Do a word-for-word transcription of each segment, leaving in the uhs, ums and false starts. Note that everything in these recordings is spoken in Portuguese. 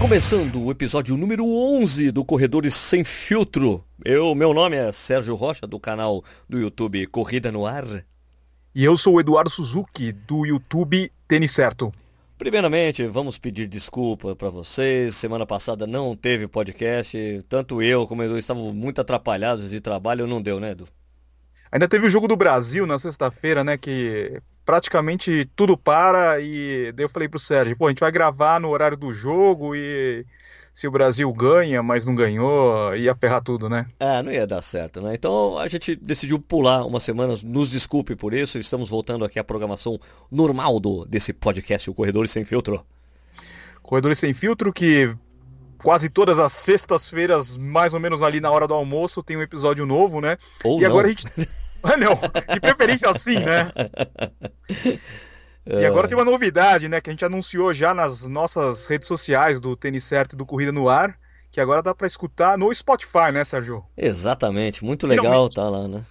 começando o episódio número onze do Corredores Sem Filtro. Eu, meu nome é Sérgio Rocha, do canal do YouTube Corrida no Ar. E eu sou o Eduardo Suzuki, do YouTube Tênis Certo. Primeiramente, vamos pedir desculpa para vocês. Semana passada não teve podcast. Tanto eu como o Edu estavam muito atrapalhados de trabalho. Não deu, né, Edu? Ainda teve o Jogo do Brasil na sexta-feira, né, que praticamente tudo para, e daí eu falei pro Sérgio, pô, a gente vai gravar no horário do jogo e se o Brasil ganha, mas não ganhou, ia ferrar tudo, né? Ah, não ia dar certo, né? Então a gente decidiu pular umas semanas. Nos desculpe por isso. Estamos voltando aqui à programação normal do, desse podcast, o Corredores Sem Filtro. Corredores Sem Filtro, que quase todas as sextas-feiras, mais ou menos ali na hora do almoço, tem um episódio novo, né? Ou e não. agora a gente... Ah, não, de preferência assim, né? E agora tem uma novidade, né, que a gente anunciou já nas nossas redes sociais do Tênis Certo e do Corrida no Ar, que agora dá pra escutar no Spotify, né, Sérgio? Exatamente, muito legal. Finalmente. Tá lá, né?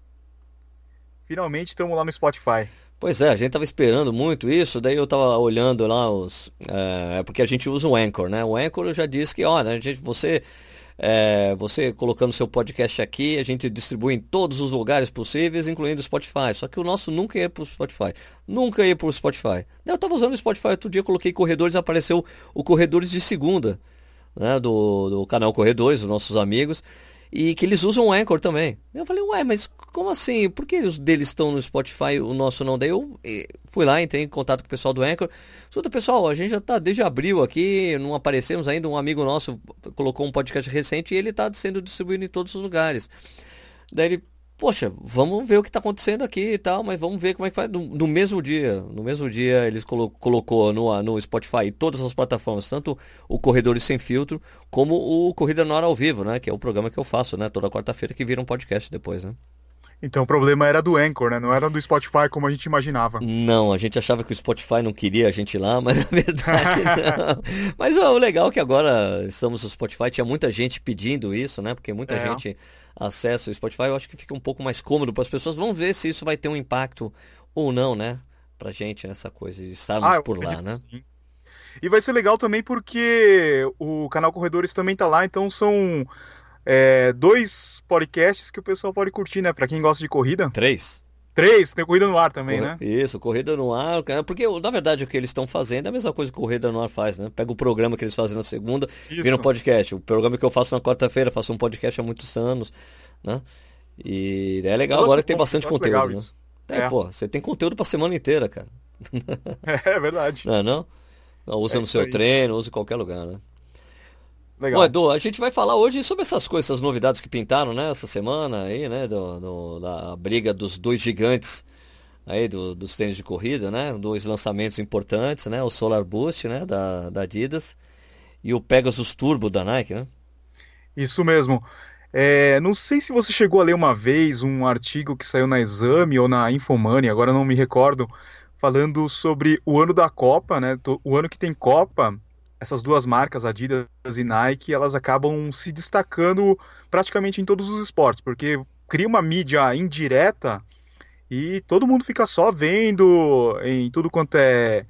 Finalmente estamos lá no Spotify. Pois é, a gente tava esperando muito isso, daí eu tava olhando lá os... É, porque a gente usa o Anchor, né? O Anchor já disse que, olha, a gente, você... É, você colocando seu podcast aqui, a gente distribui em todos os lugares possíveis, incluindo o Spotify. Só que o nosso nunca ia para o Spotify. Nunca ia para o Spotify. Eu estava usando o Spotify outro dia, coloquei Corredores, apareceu o Corredores de segunda, né, do, do canal Corredores, os nossos amigos, e que eles usam o Anchor também. Eu falei, ué, mas como assim? Por que os deles estão no Spotify e o nosso não? Daí eu fui lá, entrei em contato com o pessoal do Anchor. Escuta, pessoal, a gente já está desde abril aqui, não aparecemos ainda. Um amigo nosso colocou um podcast recente e ele está sendo distribuído em todos os lugares. Daí ele, poxa, vamos ver o que está acontecendo aqui e tal, mas vamos ver como é que faz. No, no mesmo dia, no mesmo dia eles colo colocou no, no Spotify e todas as plataformas, tanto o Corredores Sem Filtro, como o Corrida no Ar ao Vivo, né? Que é o programa que eu faço, né? Toda quarta-feira, que vira um podcast depois, né? Então o problema era do Anchor, né? Não era do Spotify como a gente imaginava. Não, a gente achava que o Spotify não queria a gente lá, mas na verdade não. Mas ó, o legal é que agora estamos no Spotify, tinha muita gente pedindo isso, né? Porque muita é. gente acessa o Spotify, eu acho que fica um pouco mais cômodo para as pessoas. Vamos ver se isso vai ter um impacto ou não, né? Pra gente nessa coisa de estarmos ah, por lá, né? Sim. E vai ser legal também porque o canal Corredores também tá lá, então são... É, dois podcasts que o pessoal pode curtir, né? Pra quem gosta de corrida. Três. Três? Tem Corrida no Ar também, Corre... né? Isso, Corrida no Ar. Porque, na verdade, o que eles estão fazendo é a mesma coisa que Corrida no Ar faz, né? Pega o programa que eles fazem na segunda, Isso. vira um podcast. O programa que eu faço na quarta-feira, faço um podcast há muitos anos, né? E é legal agora que tem bastante conteúdo, né? É, é, pô, você tem conteúdo pra semana inteira, cara. É verdade. Não é não? Não, usa é no seu aí. treino, usa em qualquer lugar, né? Legal. Bom, Edu, a gente vai falar hoje sobre essas coisas, essas novidades que pintaram, né, essa semana aí, né, do, do, da briga dos dois gigantes aí do, dos tênis de corrida, né, dois lançamentos importantes, né, o Solar Boost, né, da, da Adidas e o Pegasus Turbo da Nike, né? Isso mesmo. É, não sei se você chegou a ler uma vez um artigo que saiu na Exame ou na Infomoney, agora não me recordo, falando sobre o ano da Copa, né, o ano que tem Copa. Essas duas marcas, Adidas e Nike, elas acabam se destacando praticamente em todos os esportes, porque cria uma mídia indireta e todo mundo fica só vendo em tudo quanto é,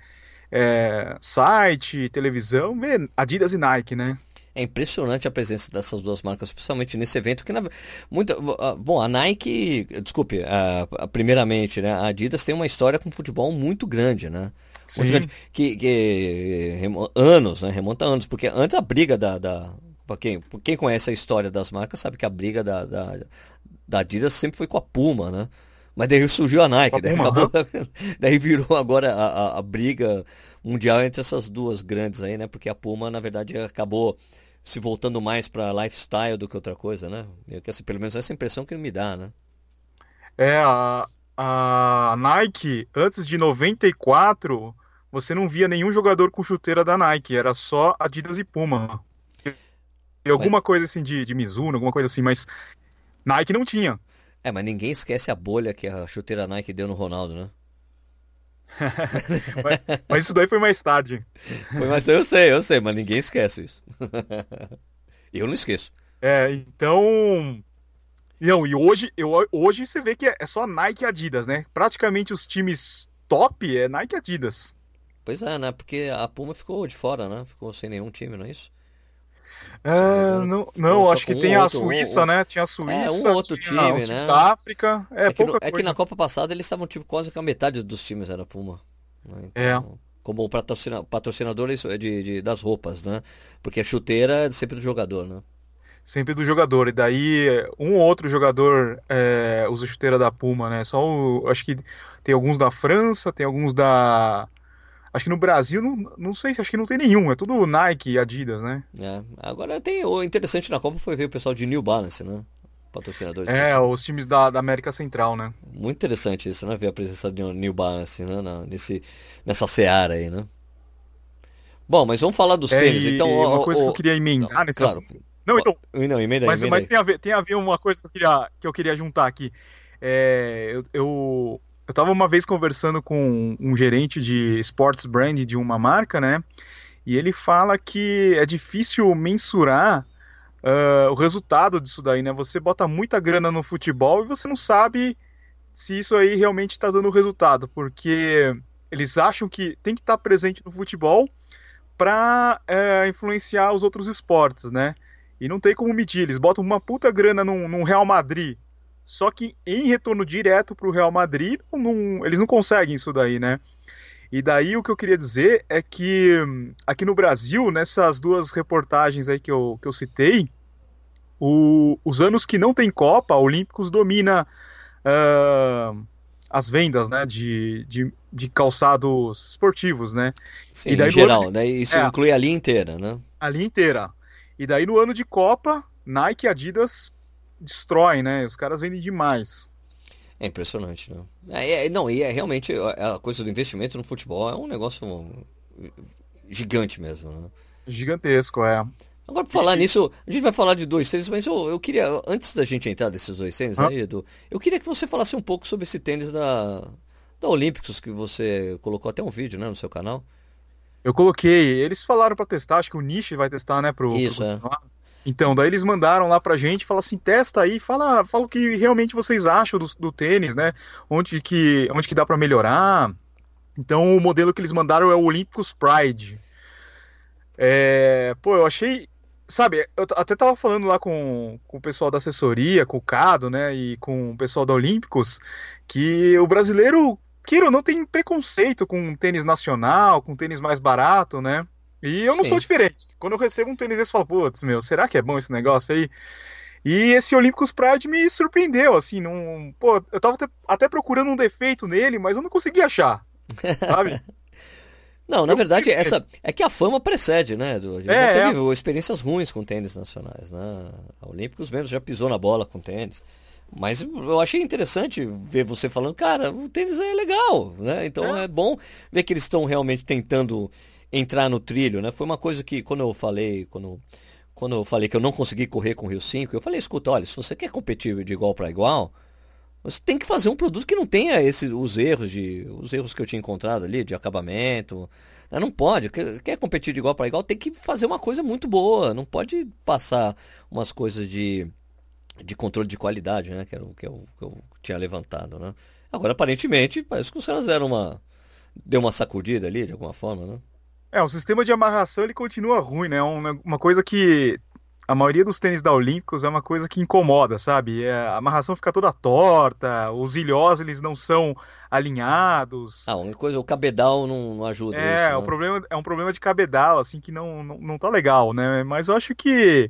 é site, televisão, vê Adidas e Nike, né? É impressionante a presença dessas duas marcas, principalmente nesse evento, que na, muita, bom, a Nike, desculpe, a, primeiramente, né, a Adidas tem uma história com futebol muito grande, né? Muito grande, que, que anos, né, remonta a anos, porque antes a briga da, da pra quem, quem conhece a história das marcas sabe que a briga da, da, da Adidas sempre foi com a Puma, né? Mas daí surgiu a Nike, a daí, acabou, daí virou agora a, a, a briga mundial entre essas duas grandes aí, né? Porque a Puma, na verdade, acabou se voltando mais para lifestyle do que outra coisa, né? Eu, assim, pelo menos essa impressão que me dá, né? É, a, a Nike, antes de noventa e quatro, você não via nenhum jogador com chuteira da Nike, era só Adidas e Puma. E alguma mas... coisa assim de, de Mizuno, alguma coisa assim, mas Nike não tinha. É, mas ninguém esquece a bolha que a chuteira Nike deu no Ronaldo, né? mas, mas isso daí foi mais tarde. Foi mais, eu sei, eu sei, mas ninguém esquece isso. Eu não esqueço. É, então... Não, e hoje, eu, hoje você vê que é só Nike e Adidas, né? Praticamente os times top é Nike e Adidas. Pois é, né? Porque a Puma ficou de fora, né? Ficou sem nenhum time, não é isso? Se não me É, engano, não, ficou não, só acho com que um ou tem a outro. Um, Suíça, um- né? Tinha a é, um Suíça, ou outro tinha time, os times né? da África, é É que, no- pouca é que na coisa. Copa passada eles estavam tipo, quase que a metade dos times era Puma, né? É, Então, como patrocina, patrocinador isso é de, de- das roupas, né? Porque a chuteira é sempre do jogador, né? sempre do jogador. E daí, um ou outro jogador é, usa chuteira da Puma, né? Só o, acho que tem alguns da França, tem alguns da. Acho que no Brasil, não, não sei, acho que não tem nenhum. É tudo Nike e Adidas, né? É. Agora tem o interessante na Copa foi ver o pessoal de New Balance, né? Patrocinador É, esportivo. os times da, da América Central, né? Muito interessante isso, né? Ver a presença de New Balance, né? Na, nesse, nessa seara aí, né? Bom, mas vamos falar dos É, tênis. Então, e uma ó, coisa que ó, eu ó, queria não, emendar nesse claro. assunto. Não, Ó, então, não, emenda aí, mas, emenda mas aí. tem a ver, tem a ver uma coisa que eu queria, que eu queria juntar aqui. É, eu, eu, eu tava uma vez conversando com um gerente de sports brand de uma marca, né? E ele fala que é difícil mensurar ah, o resultado disso daí, né? Você bota muita grana no futebol e você não sabe se isso aí realmente está dando resultado, porque eles acham que tem que estar presente no futebol para influenciar os outros esportes, né? E não tem como medir. Eles botam uma puta grana num, num Real Madrid, só que em retorno direto para o Real Madrid, não- eles não conseguem isso daí, né? E daí o que eu queria dizer é que hum, aqui no Brasil, nessas duas reportagens aí que eu, que eu citei, o- os anos que não tem Copa, a Olímpicos domina ah, as vendas, né, de, de, de calçados esportivos, né? Sim, E em daí no ano de, geral, né? Isso é, inclui a linha inteira, né? a linha inteira. E daí no ano de Copa, Nike e Adidas destroem, né? Os caras vendem demais. É impressionante, né? É, é- não, e é realmente a a coisa do investimento no futebol é um negócio gigante mesmo, né? Gigantesco, é. Agora, por falar E, nisso, a gente vai falar de dois tênis, mas eu, eu queria, antes da gente entrar desses dois tênis hã? aí, Edu, eu queria que você falasse um pouco sobre esse tênis da, da Olímpicos, que você colocou até um vídeo, né, no seu canal. Eu coloquei, eles falaram pra testar, acho que o Nishi vai testar, né, pro, pro Isso, é. continuar. Então, daí eles mandaram lá pra gente, fala assim, testa aí, fala, fala o que realmente vocês acham do, do tênis, né? Onde que, onde que dá pra melhorar. Então, o modelo que eles mandaram é o Olympus Pride. É, pô, eu achei, sabe, eu t- até tava falando lá com, com o pessoal da assessoria, com o Cado, né, e com o pessoal da Olímpicos, que o brasileiro, queira ou não, tem preconceito com tênis nacional, com tênis mais barato, né? E eu não sou Sim. diferente. Quando eu recebo um tênis desse, eu falo, putz, meu, será que é bom esse negócio aí? E esse Olympus Pride me surpreendeu, assim, não, pô, eu tava até, até procurando um defeito nele, mas eu não consegui achar, sabe? Não, na Eu gostei verdade, do essa tênis. é que a fama precede, né, Edu? A gente já É, teve é, experiências ruins com tênis nacionais, né? A Olímpicos mesmo já pisou na bola com tênis. Mas eu achei interessante ver você falando, cara, o tênis é legal, né? Então é. é bom ver que eles estão realmente tentando entrar no trilho, né? Foi uma coisa que quando eu falei, quando, quando eu falei que eu não consegui correr com o Rio cinco, eu falei, escuta, olha, se você quer competir de igual para igual, você tem que fazer um produto que não tenha esse, os erros de, os erros que eu tinha encontrado ali de acabamento. Né? Não pode. Quer, quer competir de igual para igual, tem que fazer uma coisa muito boa. Não pode passar umas coisas de, de controle de qualidade, né? Que era o que eu, que eu tinha levantado, né? Agora, aparentemente, parece que os caras deram uma, deu uma sacudida ali de alguma forma, né? É, o sistema de amarração ele continua ruim, né? É uma, uma coisa que a maioria dos tênis da Olímpicos é uma coisa que incomoda, sabe? É, a amarração fica toda torta, os ilhós eles não são alinhados. Ah, uma coisa, o cabedal não, não ajuda isso, É, o né? problema é um problema de cabedal, assim, que não, não, não tá legal, né? Mas eu acho que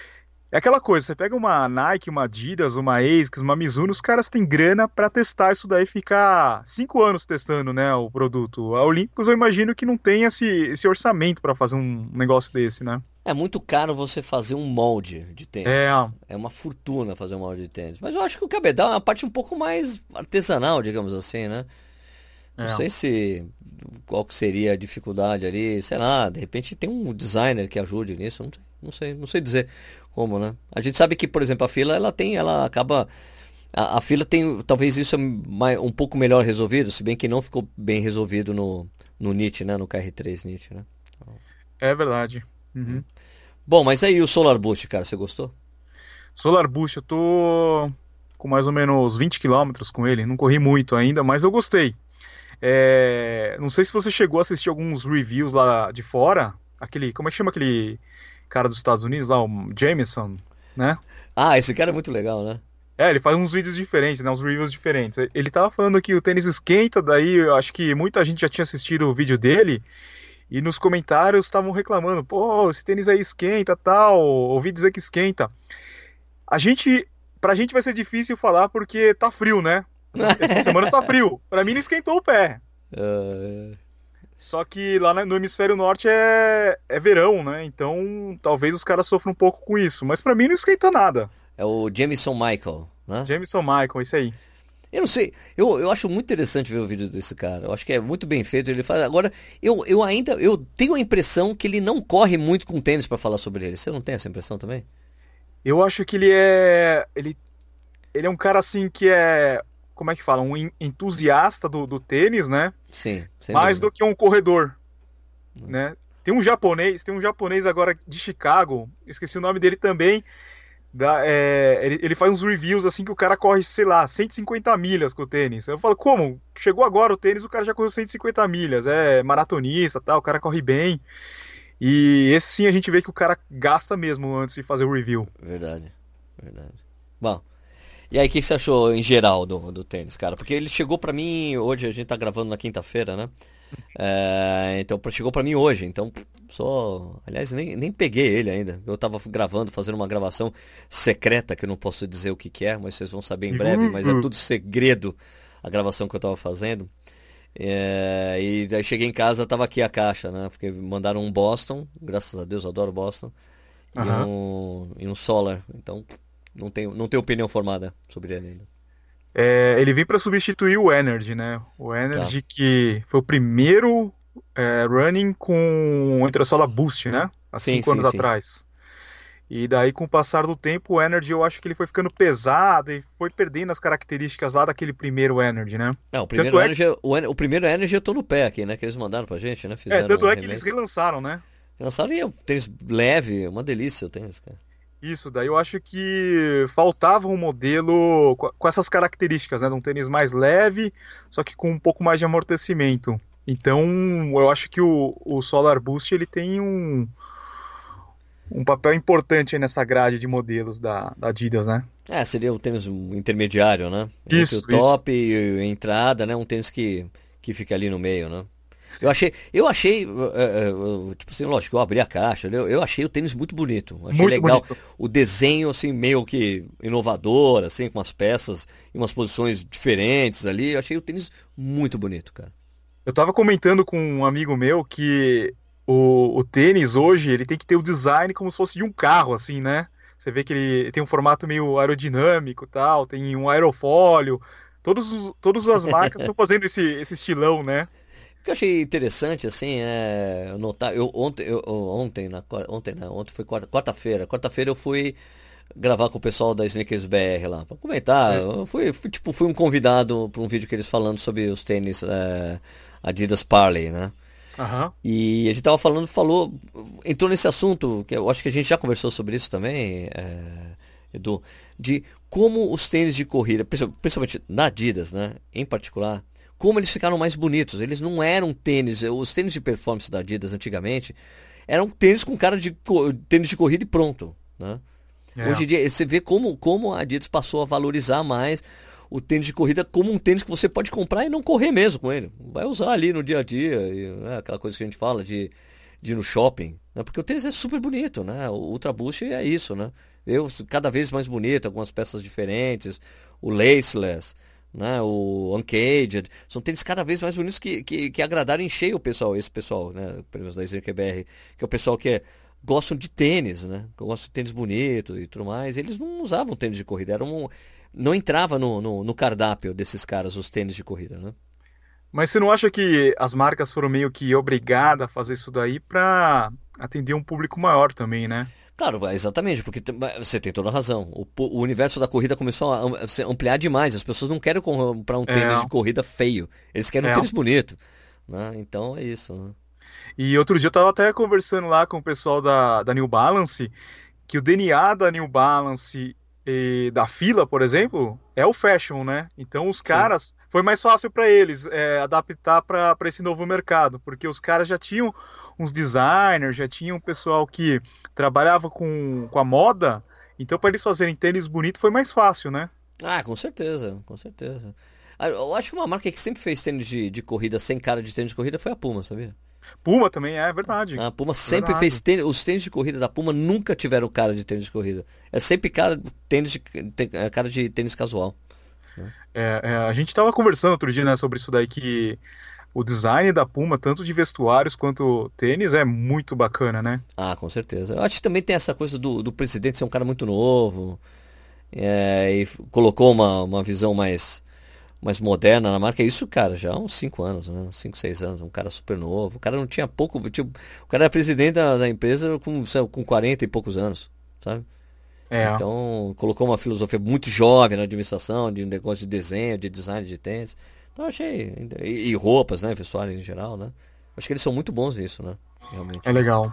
é aquela coisa, você pega uma Nike, uma Adidas, uma ASICS, uma Mizuno, os caras têm grana pra testar isso daí e ficar cinco anos testando, né, o produto. A Olímpicos eu imagino que não tem esse, esse orçamento pra fazer um negócio desse, né? É muito caro você fazer um molde de É, tênis. É uma fortuna fazer um molde de tênis. Mas eu acho que o cabedal é uma parte um pouco mais artesanal, digamos assim, né? Não é. sei se qual que seria a dificuldade ali, sei lá, de repente tem um designer que ajude nisso, não sei, não sei, não sei dizer como, né? A gente sabe que, por exemplo, a fila ela tem, ela acaba a, a fila tem, talvez isso é mai- um pouco melhor resolvido, se bem que não ficou bem resolvido no no Nit, né, no K R três Nit, né? É verdade. Uhum. Bom, mas aí o Solar Boost, cara, você gostou? Solar Boost, eu tô com mais ou menos vinte quilômetros com ele. Não corri muito ainda, mas eu gostei. É, não sei se você chegou a assistir alguns reviews lá de fora. Aquele, como é que chama aquele cara dos Estados Unidos lá, o Jameson, né? Ah, esse cara é muito legal, né? É, ele faz uns vídeos diferentes, né? Uns reviews diferentes. Ele tava falando que o tênis esquenta, daí eu acho que muita gente já tinha assistido o vídeo dele e nos comentários estavam reclamando, pô, esse tênis aí esquenta, tal, ouvi dizer que esquenta. A gente, pra gente vai ser difícil falar porque tá frio, né? Essa, essa semana está frio. Pra mim não esquentou o pé. Ah, Só que lá na- no hemisfério norte é, é verão, né? Então talvez os caras sofram um pouco com isso. Mas pra mim não esquenta nada. é o Jameson Michael, né? Jameson Michael, isso aí. Eu não sei, eu, eu acho muito interessante ver o vídeo desse cara. Eu acho que é muito bem feito. Ele faz. Agora, eu, eu ainda eu tenho a impressão que ele não corre muito com tênis pra falar sobre ele. Você não tem essa impressão também? Eu acho que ele é. Ele, ele é um cara assim que é. Como é que fala? Um en- entusiasta do, do tênis, né? Sim, sem Mais dúvida. do que um corredor, né? Tem um japonês, tem um japonês agora de Chicago, esqueci o nome dele também. Da- é, ele, ele faz uns reviews assim que o cara corre, sei lá, cento e cinquenta milhas com o tênis. Eu falo, como? Chegou agora o tênis, o cara já correu cento e cinquenta milhas. É maratonista, tal, o cara corre bem. E esse sim a gente vê que o cara gasta mesmo antes de fazer o review. Verdade, verdade. Bom, e aí, o que que você achou em geral do, do tênis, cara? Porque ele chegou pra mim, hoje a gente tá gravando na quinta-feira, né? É, então pra- chegou pra mim hoje, então só. Aliás, nem, nem peguei ele ainda. Eu tava gravando, fazendo uma gravação secreta, que eu não posso dizer o que que é, mas vocês vão saber em breve, mas é Uh, tudo segredo a gravação que eu tava fazendo. É, e daí cheguei em casa, tava aqui a caixa, né? Porque mandaram um Boston, graças a Deus, adoro Boston, e aham. um, e um Solar. Então não tenho, não tenho opinião formada sobre ele ainda. É, ele vem para substituir o Energy, né? O Tá. Energy que foi o primeiro é, running com entressola Boost, né? Há Sim, cinco sim, anos sim. atrás. E daí, com o passar do tempo, o Energy eu acho que ele foi ficando pesado e foi perdendo as características lá daquele primeiro Energy, né? Não, o primeiro Tanto é, Energy, o, Ener- o primeiro Energy eu tô no pé aqui, né? Que eles mandaram pra gente, né? é, Fizeram tanto um é que eles remake. relançaram, né? Lançaram e é um tênis leve, uma delícia o tênis, cara. Isso, daí eu acho que faltava um modelo com com essas características, né? De um tênis mais leve, só que com um pouco mais de amortecimento. Então, eu acho que o, o Solar Boost ele tem um, um papel importante aí nessa grade de modelos da, da Adidas, né? É, seria o tênis intermediário, né? Entre o Isso, isso. top e a entrada, né? Um tênis que, que fica ali no meio, né? Eu achei, eu achei, eh, eh, tipo assim, lógico, eu abri a caixa, eu, eu achei o tênis muito bonito, achei Muito legal bonito. o desenho, assim, meio que inovador, assim, com umas peças em umas posições diferentes ali, eu achei o tênis muito bonito, cara. Eu tava comentando com um amigo meu que o, o tênis hoje ele tem que ter o design como se fosse de um carro, assim, né? Você vê que ele tem um formato meio aerodinâmico, e tal, tem um aerofólio. Todos os, todas as marcas estão fazendo esse, esse estilão, né? O que eu achei interessante, assim, é notar, eu ontem, eu, eu- ontem, na, quar- ontem, né, ontem foi quarta- quarta-feira, quarta-feira eu fui gravar com o pessoal da Sneakers B R lá, pra comentar, É. eu fui, fui, tipo, fui um convidado para um vídeo que eles falando sobre os tênis é, Adidas Parley, né? Aham. E a gente tava falando, falou, entrou nesse assunto, que eu acho que a gente já conversou sobre isso também, é, Edu, de como os tênis de corrida, principal- principalmente na Adidas, né, em particular, como eles ficaram mais bonitos. Eles não eram tênis, os tênis de performance da Adidas antigamente eram tênis com cara de co- tênis de corrida e pronto, né? É. Hoje em dia, você vê como, como a Adidas passou a valorizar mais o tênis de corrida como um tênis que você pode comprar e não correr mesmo com ele. Vai usar ali no dia a dia, e, né, aquela coisa que a gente fala de, de ir no shopping, né? Porque o tênis é super bonito, né? O Ultra Boost é isso, né? Eu, cada vez mais bonito, algumas peças diferentes, o Laceless, né? O Uncaged, são tênis cada vez mais bonitos que, que, que agradaram em cheio o pessoal, esse pessoal, né? Pelo menos da Sneaker B R, que é o pessoal que é gostam de tênis, né? Gostam de tênis bonito e tudo mais. Eles não usavam tênis de corrida, era um, não entrava no, no, no cardápio desses caras os tênis de corrida, né? Mas você não acha que as marcas foram meio que obrigadas a fazer isso daí pra atender um público maior também, né? Claro, é exatamente, porque tem- você tem toda a razão. O, po- o universo da corrida começou a am- a se ampliar demais. As pessoas não querem comprar um tênis de É, corrida feio, eles querem um é. tênis bonito, né? Então é isso, né? E outro dia eu tava até conversando lá com o pessoal da, da New Balance, que o D N A da New Balance e da Fila, por exemplo, é o fashion, né? Então os Sim. caras, foi mais fácil para eles é, adaptar para esse novo mercado, porque os caras já tinham uns designers, já tinham um pessoal que trabalhava com, com a moda, então para eles fazerem tênis bonito foi mais fácil, né? Ah, com certeza, com certeza. Ah, eu acho que uma marca que sempre fez tênis de, de corrida sem cara de tênis de corrida foi a Puma, sabia? Puma também é verdade. A Puma É sempre fez verdade. tênis, os tênis de corrida da Puma nunca tiveram cara de tênis de corrida. É sempre cara, tênis de, te- é cara de tênis casual. Né? É, é, a gente tava conversando outro dia, né, sobre isso daí que o design da Puma, tanto de vestuários quanto tênis, é muito bacana, né? Ah, com certeza. Eu acho que também tem essa coisa do, do presidente ser um cara muito novo, é, e f- colocou uma, uma visão mais, mais moderna na marca. Isso, cara, já há uns cinco anos, né? Uns cinco, seis anos, um cara super novo. O cara não tinha pouco. Tipo, o cara era presidente da, da empresa com, sei lá, com quarenta e poucos anos, sabe? É, Então, colocou uma filosofia muito jovem na administração, de negócio de desenho, de design de tênis. Então, eu achei. E, e roupas, né? Vestuário em geral, né? Acho que eles são muito bons nisso, né? é Realmente. legal.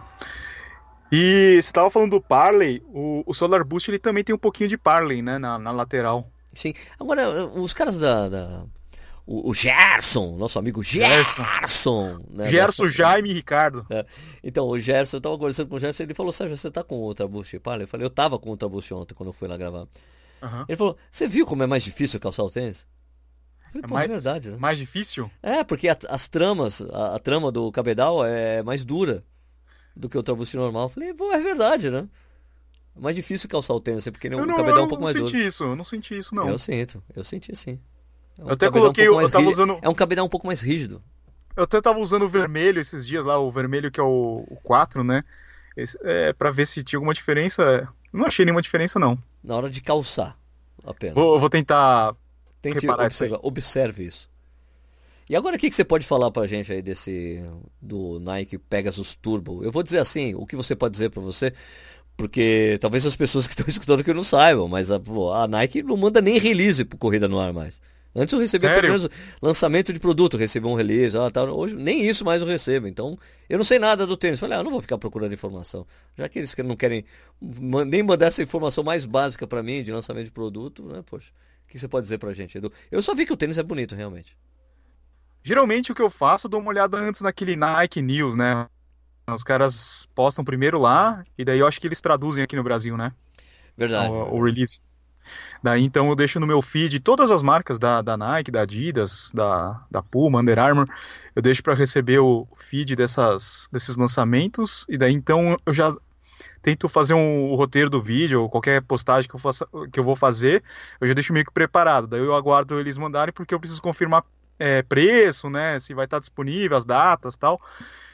E você estava falando do Parley, o, o Solar Boost ele também tem um pouquinho de Parley, né, na, na lateral. Sim. Agora, os caras da. da- o, o Gerson, nosso amigo Gerson. Gerson, né? da- Gerson, Jaime e Ricardo. é. Então, o Gerson, eu tava conversando com o Gerson, ele falou: Sérgio, você tá com o Ultra Boost Parley? Eu falei: Eu tava com o Ultra Boost ontem, quando eu fui lá gravar. Aham. Ele falou: Você viu como é mais difícil calçar o tênis? Eu falei: É Pô, é mais, verdade, né? mais difícil? É, porque a- as tramas, a, a trama do cabedal é mais dura do que o Ultra Boost normal. Eu falei: Pô, é verdade, né? É mais difícil calçar o tênis, assim, porque Eu o não, eu cabedal é um não, pouco não mais duro. senti isso, eu não senti isso, Eu não. sinto, eu senti sim. É Eu um até cabedal um coloquei, pouco eu mais tava rígido. usando, É um cabedal um pouco mais rígido. eu até tava usando o vermelho esses dias lá, o vermelho que é o, o quatro, né? Esse, é, pra ver se tinha alguma diferença. Eu não achei nenhuma diferença, não. Na hora de calçar, Vou, eu apenas. vou tentar Tente reparar isso aí. observar, observe isso. E agora o que que você pode falar pra gente aí desse do Nike Pegasus Turbo? Eu vou dizer assim, o que você pode dizer pra você, porque talvez as pessoas que estão escutando aqui não saibam, mas a, pô, a Nike não manda nem release pro Corrida no Ar mais. Antes eu recebia pelo Sério? menos lançamento de produto, eu recebia um release, ah, tal. Hoje nem isso mais eu recebo. Então, eu não sei nada do tênis. Falei, ah, eu não vou ficar procurando informação. Já que eles que não querem man- nem mandar essa informação mais básica pra mim de lançamento de produto, né? Poxa, o que você pode dizer pra gente, Edu? Eu só vi que o tênis é bonito, realmente. Geralmente o que eu faço, eu dou uma olhada antes naquele Nike News, né? Os caras postam primeiro lá, e daí eu acho que eles traduzem aqui no Brasil, né? Verdade, O, o verdade. release. Daí então eu deixo no meu feed todas as marcas da, da Nike, da Adidas, da, da Puma, Under Armour. Eu deixo para receber o feed dessas, desses lançamentos, e daí então eu já tento fazer um, o roteiro do vídeo, ou qualquer postagem que eu, faça, que eu vou fazer, eu já deixo meio que preparado. Daí eu aguardo eles mandarem, porque eu preciso confirmar é, preço, né? Se vai estar disponível, as datas e tal.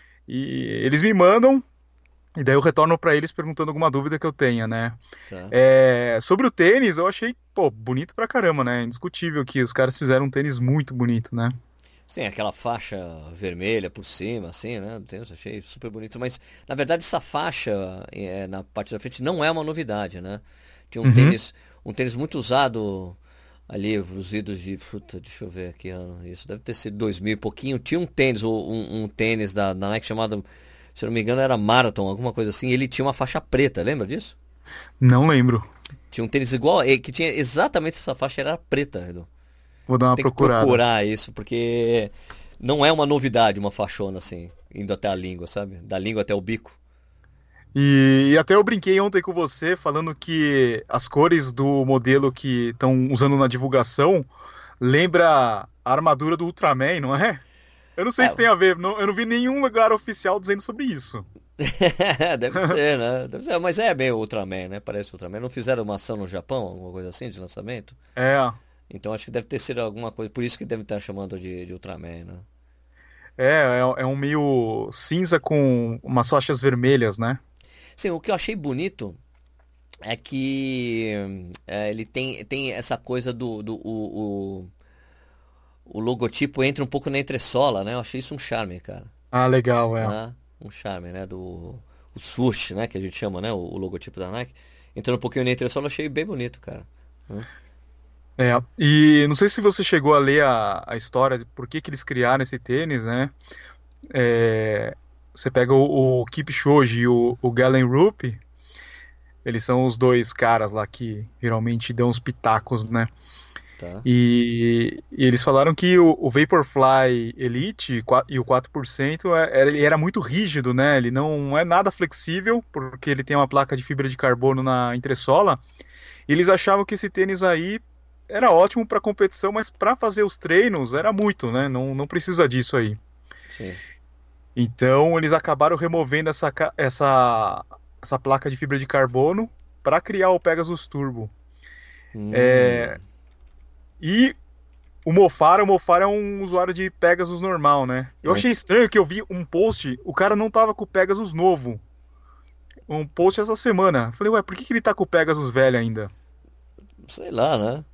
E eles me mandam, e daí eu retorno para eles perguntando alguma dúvida que eu tenha, né? Tá. É, sobre o tênis, eu achei, pô, bonito pra caramba, né? Indiscutível que os caras fizeram um tênis muito bonito, né? Sim, aquela faixa vermelha por cima, assim, né? Do tênis, achei super bonito. Mas, na verdade, essa faixa é, na parte da frente não é uma novidade, né? Tinha um Uhum. tênis, um tênis muito usado ali, os idos de. Puta, deixa eu ver aqui, ano. Isso deve ter sido dois mil e pouquinho. Tinha um tênis, um, um tênis da, da Nike chamado, se eu não me engano, era Marathon, alguma coisa assim. Ele tinha uma faixa preta, lembra disso? Não lembro. Tinha um tênis igual, eh, que tinha exatamente essa faixa, era preta, Edu. Vou dar uma Tem que procurada. procurar isso, porque não é uma novidade uma faixona assim, indo até a língua, sabe? Da língua até o bico. E, e até eu brinquei ontem com você, falando que as cores do modelo que estão usando na divulgação lembra a armadura do Ultraman, não é? Eu não sei É, se tem a ver, não- eu não vi nenhum lugar oficial dizendo sobre isso. deve ser, né? Deve ser, mas é bem o Ultraman, né? Parece o Ultraman. Não fizeram uma ação no Japão, alguma coisa assim, de lançamento? É, Então acho que deve ter sido alguma coisa, por isso que deve estar chamando de, de Ultraman, né? é, é, é um meio cinza com umas faixas vermelhas, né? Sim, o que eu achei bonito é que é, ele tem, tem essa coisa do, do o, o, o logotipo entra um pouco na entressola, né? Eu achei isso um charme, cara. Ah, legal, é. Né? Um charme, né? Do o swoosh, né? Que a gente chama, né? O, o logotipo da Nike. Entrando um pouquinho na entressola, eu achei bem bonito, cara. Né? É, e não sei se você chegou a ler a, a história de por que, que eles criaram esse tênis, né? É, você pega o, o Kipchoge e o, o Galen Rupp, eles são os dois caras lá que geralmente dão os pitacos, né? Tá. E, e eles falaram que o, o Vaporfly Elite qua- e o quatro por cento é- era, ele era muito rígido, né? Ele não é nada flexível, porque ele tem uma placa de fibra de carbono na entressola. E eles achavam que esse tênis aí era ótimo para competição, mas para fazer os treinos era muito, né? Não, não precisa disso aí. Sim. Então eles acabaram removendo essa, ca- essa, essa placa de fibra de carbono para criar o Pegasus Turbo. Hum. E o Mofara, o Mofara é um usuário de Pegasus normal, né? É Eu um, achei estranho que eu vi um post, o cara não tava com o Pegasus novo. Um post essa semana. Falei, ué, por que, que ele tá com o Pegasus velho ainda? sei lá, né?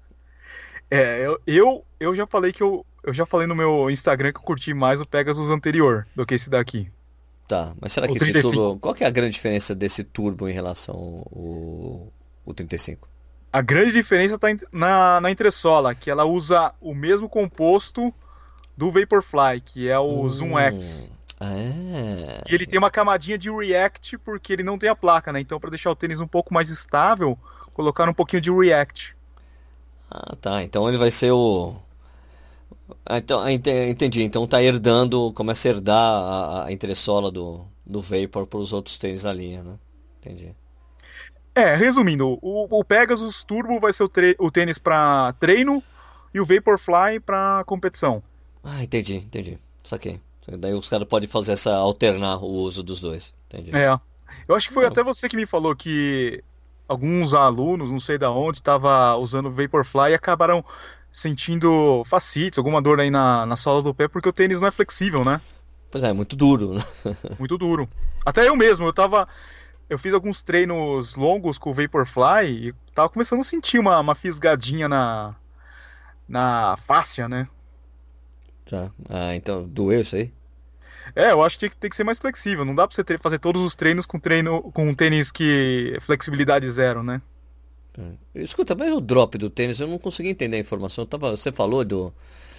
É, eu, eu, eu já falei que eu, eu já falei no meu Instagram que eu curti mais o Pegasus anterior do que esse daqui. Tá, mas será O que esse trinta e cinco. turbo. Qual que é a grande diferença desse turbo em relação ao, ao trinta e cinco? A grande diferença tá em- na, na entressola, que ela usa o mesmo composto do Vaporfly, que é o Zoom Hum. X. Ah. E ele tem uma camadinha de React porque ele não tem a placa, né? Então, para deixar o tênis um pouco mais estável, colocaram um pouquinho de React. Ah, tá. Então ele vai ser o. Ah, então, ah, ente- entendi. Então tá herdando, começa a herdar a, a entressola do, do Vapor para os outros tênis da linha, né? Entendi. É, resumindo, o, o Pegasus Turbo vai ser o, tre- o tênis para treino e o Vaporfly para competição. Ah, entendi, entendi. Saquei. Daí os caras podem fazer essa, alternar o uso dos dois. Entendi. É. Eu acho que foi Não, até você que me falou que alguns alunos, não sei da onde, estavam usando o Vaporfly e acabaram sentindo fascites, alguma dor aí na, na sola do pé, porque o tênis não é flexível, né? pois é, é muito duro, né? Muito duro. Até eu mesmo, eu tava. Eu fiz alguns treinos longos com o Vaporfly e tava começando a sentir uma, uma fisgadinha na, na fáscia, né? Tá. Ah, então doeu isso aí? É, eu acho que tem que, tem que ser mais flexível. Não dá pra você tre- fazer todos os treinos com treino com um tênis que é flexibilidade zero, né? É. Escuta, mas o drop do tênis, eu não consegui entender a informação. Eu tava, você falou do,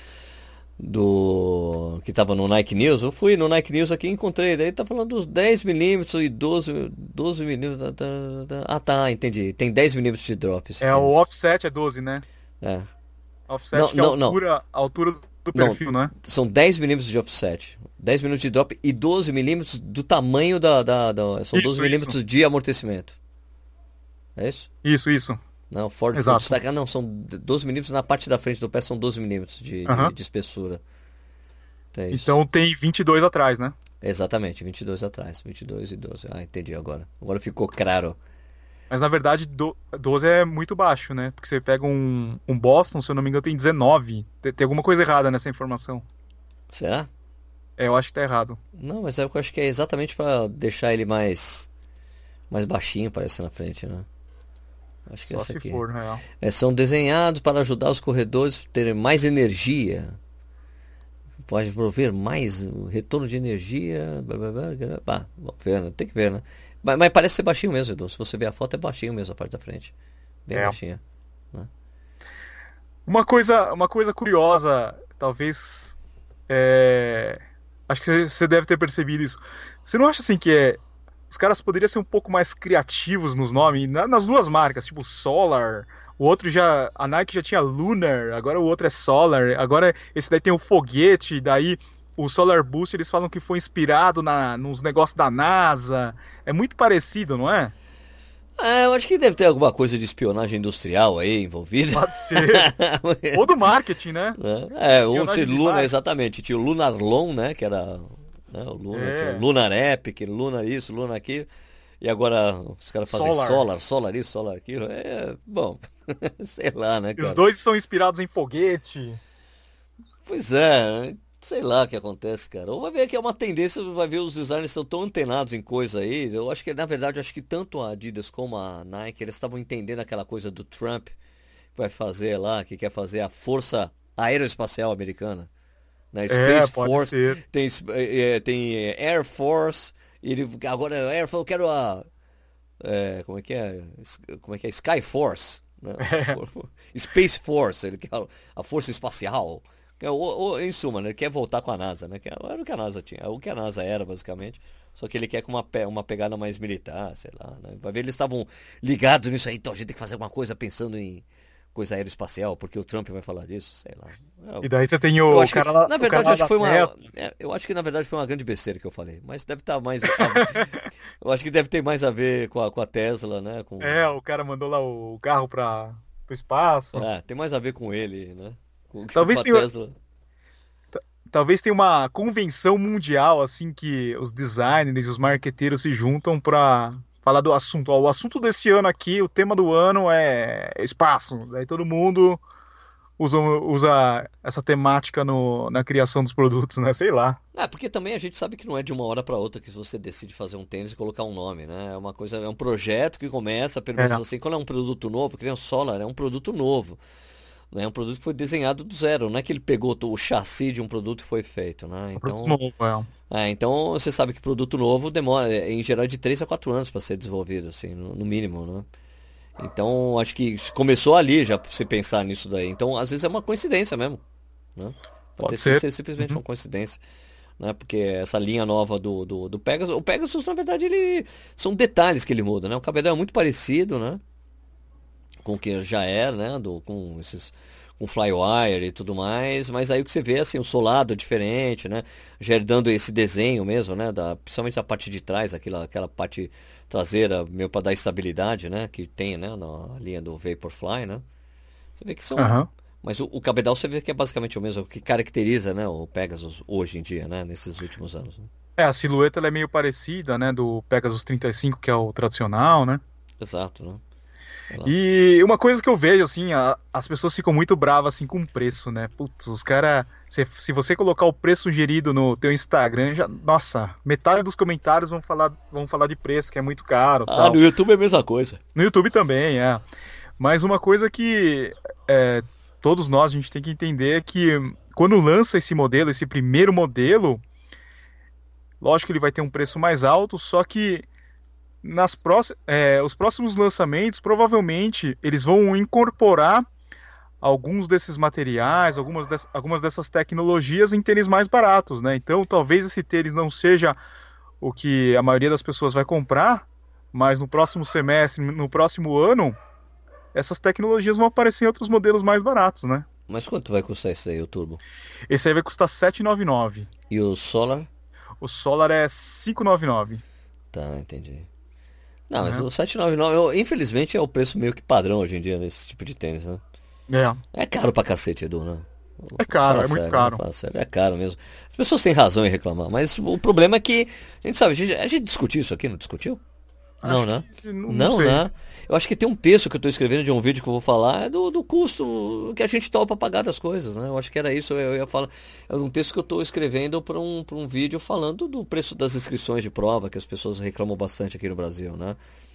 do que tava no Nike News. Eu fui no Nike News aqui e encontrei. Daí tá falando dos dez milímetros e doze, doze milímetros. Tá, tá, tá. Ah, tá, entendi. Tem dez milímetros de drop esse É, o tênis. offset é doze, né? É. Offset Não, que é a não, não. altura, a altura do Não, perfil, né? são dez milímetros de offset. dez milímetros de drop e doze milímetros do tamanho da, da, da- São doze Isso, isso. milímetros de amortecimento. É isso? Isso, isso. Não, Ford Full Exato. Stack. Ah, não, são doze milímetros na parte da frente do pé, são doze milímetros de, de, Aham. de espessura. Então é isso. Então tem vinte e dois atrás, né? Exatamente, vinte e dois atrás. vinte e dois e doze. Ah, entendi agora. Agora ficou claro. Mas na verdade do- doze é muito baixo, né? Porque você pega um, um Boston, se eu não me engano, tem dezenove. Tem, tem alguma coisa errada nessa informação. Será? É, eu acho que tá errado. Não, mas eu acho que é exatamente pra deixar ele mais, mais baixinho, parece na frente, né? Acho que é Só essa se aqui. for, na real. É, são desenhados para ajudar os corredores a terem mais energia. Pode prover mais o retorno de energia. Blá, blá, blá, blá. Bah, vamos ver, né? Tem que ver, né? Mas, mas parece ser baixinho mesmo, Edu. Se você ver a foto, é baixinho mesmo a parte da frente. Bem É. baixinha. Né? Uma coisa, uma coisa curiosa, talvez. é, Acho que você deve ter percebido isso. Você não acha assim que é... os caras poderiam ser um pouco mais criativos nos nomes? Na- Nas duas marcas, tipo Solar. O outro já. A Nike já tinha Lunar, agora o outro é Solar. Agora esse daí tem o foguete, daí o Solar Boost eles falam que foi inspirado na, nos negócios da NASA. É muito parecido, não é? Ah, eu acho que deve ter alguma coisa de espionagem industrial aí envolvida. Pode ser. Ou do marketing, né? Né? É, um Espionagem se de Luna, marketing. exatamente. Tinha o Lunar Lon, né? Que era né, o Luna, É. tinha o Lunar Epic, Lunar isso, Lunar aquilo. E agora os caras fazem Solar. Solar, Solar isso, Solar aquilo. É, bom, sei lá, né, E os cara? dois são inspirados em foguete. Pois é, sei lá o que acontece, cara. Ou vai ver que é uma tendência, vai ver os designers estão tão antenados em coisa aí. Eu acho que, na verdade, eu acho que tanto a Adidas como a Nike, eles estavam entendendo aquela coisa do Trump que vai fazer lá, que quer fazer a Força Aeroespacial Americana. Né? É, Space pode Force, ser. tem, é, é, tem é, Air Force, e ele agora Air Force, eu quero a é, como é que é? Es- Como é que é? Sky Force, né? For- for- Space Force, ele quer a a força espacial. É, o- o- em suma, né? Ele quer voltar com a NASA, né? Que era o que a NASA tinha, é o que a NASA era, basicamente. Só que ele quer com uma, pe- uma pegada mais militar, sei lá, né? Vai ver, eles estavam ligados nisso aí, então a gente tem que fazer alguma coisa pensando em coisa aeroespacial, porque o Trump vai falar disso, sei lá. Eu, E daí você tem eu o acho que, cara lá, na o verdade, cara lá acho que da foi uma, Tesla. é, eu acho que na verdade foi uma grande besteira que eu falei, mas deve estar mais, eu acho que deve ter mais a ver com a, com a Tesla, né? Com, É, o cara mandou lá o carro para o espaço. é, tem mais a ver com ele, né? Com, com Talvez a tenha, Tesla. talvez tenha uma convenção mundial assim que os designers e os marqueteiros se juntam para falar do assunto. Ó, o assunto deste ano aqui, o tema do ano é espaço. Daí todo mundo usa, usa essa temática no, na criação dos produtos, né? Sei lá. É, porque também a gente sabe que não é de uma hora para outra que você decide fazer um tênis e colocar um nome, né? É uma coisa, é um projeto que começa, pelo menos É, assim, quando é um produto novo, que nem o Solar, é um produto novo, né? É um produto que foi desenhado do zero, não é que ele pegou o chassi de um produto e foi feito, né? é um produto Então, novo, é. é, então você sabe que produto novo demora, é, em geral, de três a quatro anos para ser desenvolvido, assim, no, no mínimo, né? Então, acho que começou ali já pra você pensar nisso daí. Então, às vezes é uma coincidência mesmo, né? Pode ter Pode sido ser. ser simplesmente Uhum. uma coincidência, né? Porque essa linha nova do, do, do Pegasus, o Pegasus, na verdade, ele são detalhes que ele muda, né? O cabedal é muito parecido, né? Com o que já era, né? Do, com esses com Flywire e tudo mais, mas aí o que você vê assim, o solado é diferente, né? Já dando esse desenho mesmo, né? Da, principalmente a parte de trás, aquela, aquela parte traseira, meio para dar estabilidade, né? Que tem, né? Na linha do Vaporfly, né? Você vê que são. Aham. Mas o, o cabedal você vê que é basicamente o mesmo, o que caracteriza, né? O Pegasus hoje em dia, né? Nesses últimos anos, né? É, a silhueta ela é meio parecida, né, do Pegasus trinta e cinco, que é o tradicional, né? Exato, né? Sei lá. E uma coisa que eu vejo, assim, a- as pessoas ficam muito bravas, assim, com o preço, né? Putz, os caras... Se, se você colocar o preço sugerido no teu Instagram, já... Nossa, metade dos comentários vão falar, vão falar de preço, que é muito caro, Ah, no tal. YouTube é a mesma coisa. No YouTube também, é. Mas uma coisa que é, todos nós a gente tem que entender é que quando lança esse modelo, esse primeiro modelo, lógico que ele vai ter um preço mais alto, só que nas próximos, é, os próximos lançamentos, provavelmente, eles vão incorporar alguns desses materiais, algumas, des- algumas dessas tecnologias em tênis mais baratos, né? Então, talvez esse tênis não seja o que a maioria das pessoas vai comprar, mas no próximo semestre, no próximo ano, essas tecnologias vão aparecer em outros modelos mais baratos, né? Mas quanto vai custar esse aí, o Turbo? Esse aí vai custar setecentos e noventa e nove. E o Solar? O Solar é quinhentos e noventa e nove. Tá, entendi. Não, mas Né? o setecentos e noventa e nove, eu- infelizmente, é o preço meio que padrão hoje em dia nesse tipo de tênis, né? É, É caro pra cacete, Edu, né? é caro, Fala é muito sério, né? caro. Fala sério, é caro mesmo. As pessoas têm razão em reclamar, mas o problema é que, a gente sabe, a gente, a gente discutiu isso aqui, não discutiu? Não, Acho né? que, não, não Não, sei. né? Eu acho que tem um texto que eu tô escrevendo de um vídeo que eu vou falar é do, do custo que a gente topa pagar das coisas, né? Eu acho que era isso, eu ia falar. É um texto que eu tô escrevendo para um, para um vídeo falando do preço das inscrições de prova, que as pessoas reclamam bastante aqui no Brasil, né?